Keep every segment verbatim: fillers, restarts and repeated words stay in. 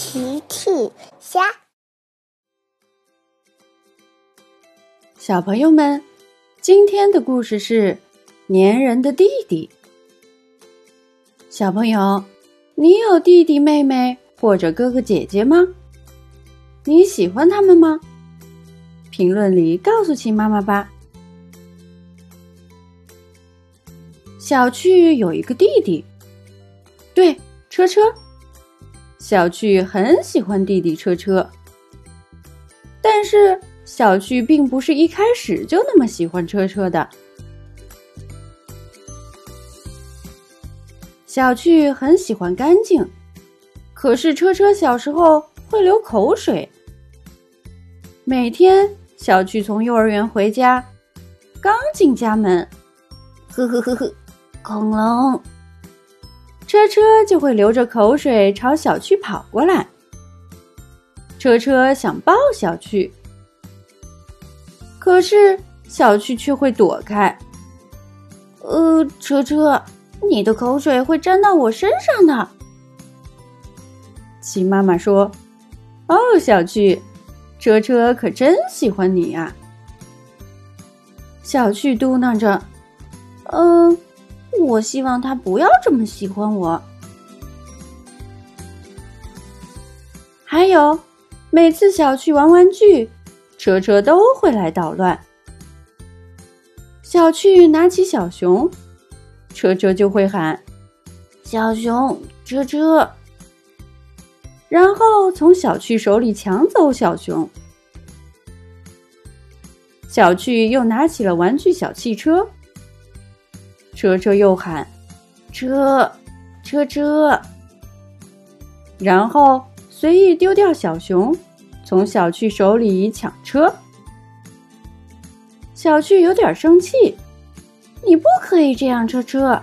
奇趣虾。 小朋友们，今天的故事是粘人的弟弟。小朋友，你有弟弟妹妹或者哥哥姐姐吗？你喜欢他们吗？评论里告诉秦妈妈吧。小趣有一个弟弟，对，车车。小趣很喜欢弟弟车车，但是小趣并不是一开始就那么喜欢车车的。小趣很喜欢干净，可是车车小时候会流口水。每天小趣从幼儿园回家，刚进家门，呵呵呵呵，恐龙，车车就会流着口水朝小趣跑过来。车车想抱小趣，可是小趣却会躲开。呃，车车，你的口水会沾到我身上的。齐妈妈说：“哦，小趣，车车可真喜欢你啊。”小趣嘟囔着：“嗯。”我希望他不要这么喜欢我。还有，每次小趣玩玩具，车车都会来捣乱。小趣拿起小熊，车车就会喊：“小熊，车车！”然后从小趣手里抢走小熊。小趣又拿起了玩具小汽车。车车又喊：“车，车车！”然后随意丢掉小熊，从小趣手里抢车。小趣有点生气：“你不可以这样，车车！”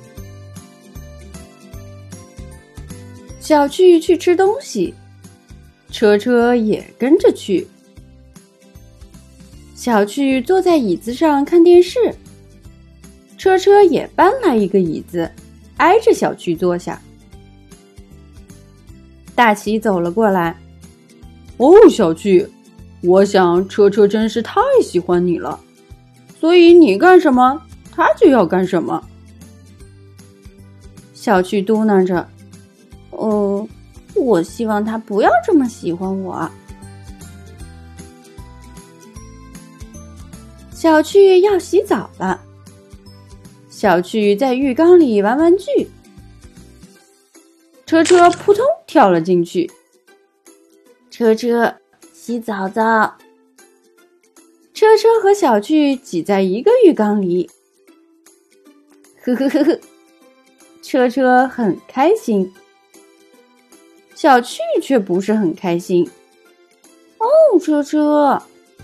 小趣去吃东西，车车也跟着去。小趣坐在椅子上看电视。车车也搬来一个椅子，挨着小趣坐下。大奇走了过来：“哦，小趣，我想车车真是太喜欢你了，所以你干什么，他就要干什么。”小趣嘟囔着：“哦，我希望他不要这么喜欢我。”小趣要洗澡了。小趣在浴缸里玩玩具，车车扑通跳了进去。车车，洗澡澡。车车和小趣挤在一个浴缸里，呵呵呵呵，车车很开心，小趣却不是很开心。哦，车车！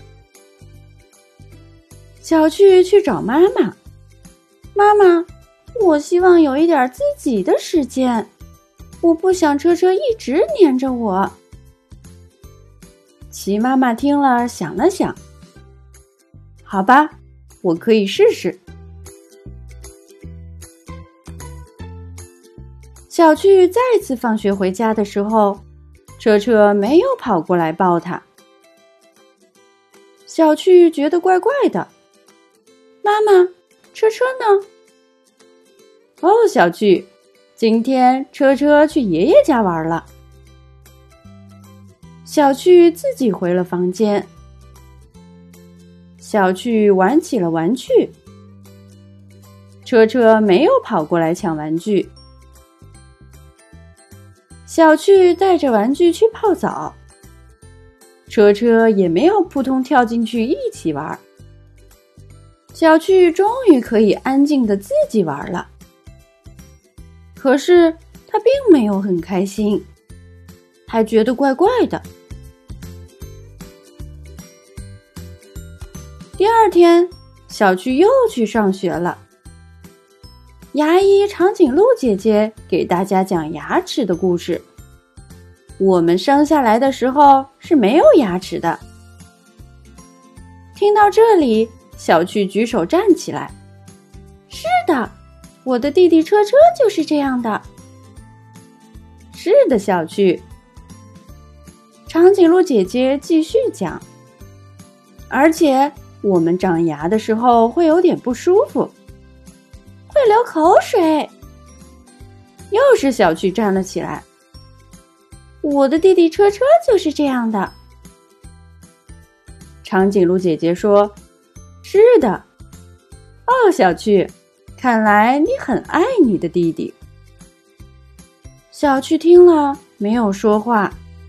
小趣去找妈妈。妈妈，我希望有一点自己的时间，我不想车车一直黏着我。齐妈妈听了想了想，好吧，我可以试试。小趣再次放学回家的时候，车车没有跑过来抱他。小趣觉得怪怪的，妈妈，车车呢？哦，小趣，今天车车去爷爷家玩了。小趣自己回了房间。小趣玩起了玩具，车车没有跑过来抢玩具。小趣带着玩具去泡澡，车车也没有扑通跳进去一起玩。小趣终于可以安静地自己玩了，可是他并没有很开心，还觉得怪怪的。第二天，小趣又去上学了。牙医长颈鹿姐姐给大家讲牙齿的故事。我们生下来的时候是没有牙齿的。听到这里，小趣举手站起来。是的，我的弟弟车车就是这样的。是的，小趣， 长颈鹿姐姐继续讲，而且我们长牙的时候会有点不舒服，会流口水。又是小趣站了起来，我的弟弟车车就是这样的。长颈鹿姐姐说，是的。哦，小趣，看来你很爱你的弟弟。小趣听了没有说话。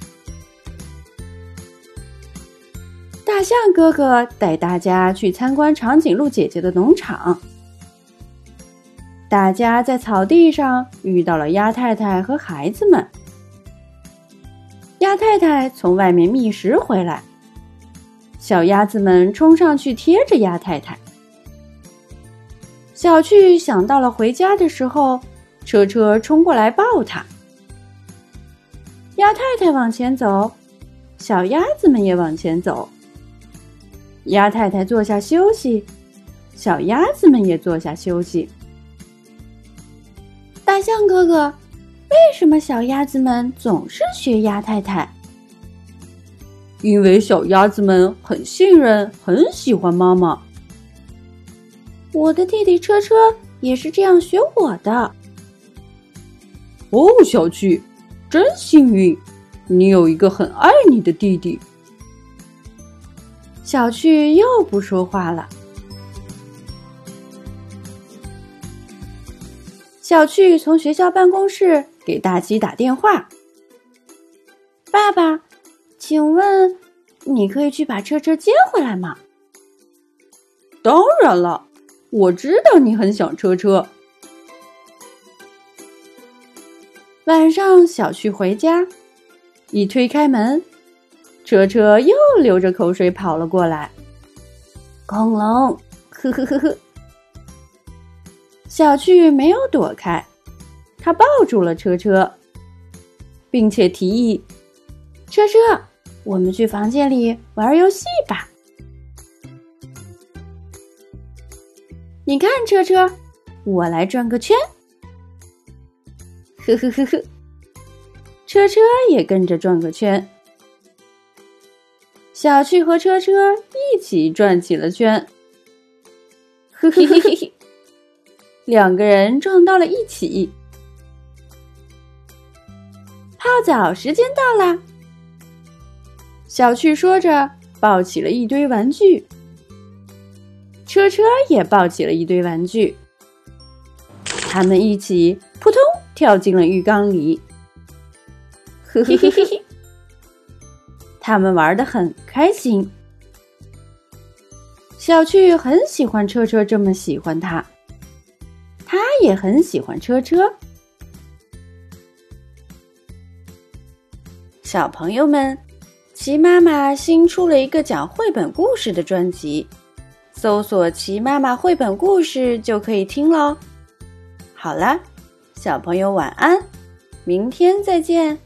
大象哥哥带大家去参观长颈鹿姐姐的农场。大家在草地上遇到了鸭太太和孩子们。鸭太太从外面觅食回来，小鸭子们冲上去贴着鸭太太。小趣想到了回家的时候，车车冲过来抱它。鸭太太往前走，小鸭子们也往前走。鸭太太坐下休息，小鸭子们也坐下休息。大象哥哥，为什么小鸭子们总是学鸭太太？因为小鸭子们很信任，很喜欢妈妈。我的弟弟车车也是这样学我的。哦，小趣，真幸运，你有一个很爱你的弟弟。小趣又不说话了。小趣从学校办公室给大鸡打电话。爸爸，请问你可以去把车车接回来吗？当然了，我知道你很想车车。晚上小趣回家，一推开门，车车又流着口水跑了过来。恐龙，呵呵呵呵。小趣没有躲开，他抱住了车车，并且提议：车车，我们去房间里玩游戏吧。你看，车车，我来转个圈。呵呵呵呵，车车也跟着转个圈。小趣和车车一起转起了圈。呵呵呵呵，两个人撞到了一起。泡澡时间到啦！小趣说着，抱起了一堆玩具。车车也抱起了一堆玩具。他们一起扑通跳进了浴缸里。呵呵呵呵，他们玩得很开心。小趣很喜欢车车这么喜欢他，他也很喜欢车车。小朋友们，齐妈妈新出了一个讲绘本故事的专辑，搜索齐妈妈绘本故事就可以听咯。好了，小朋友晚安，明天再见。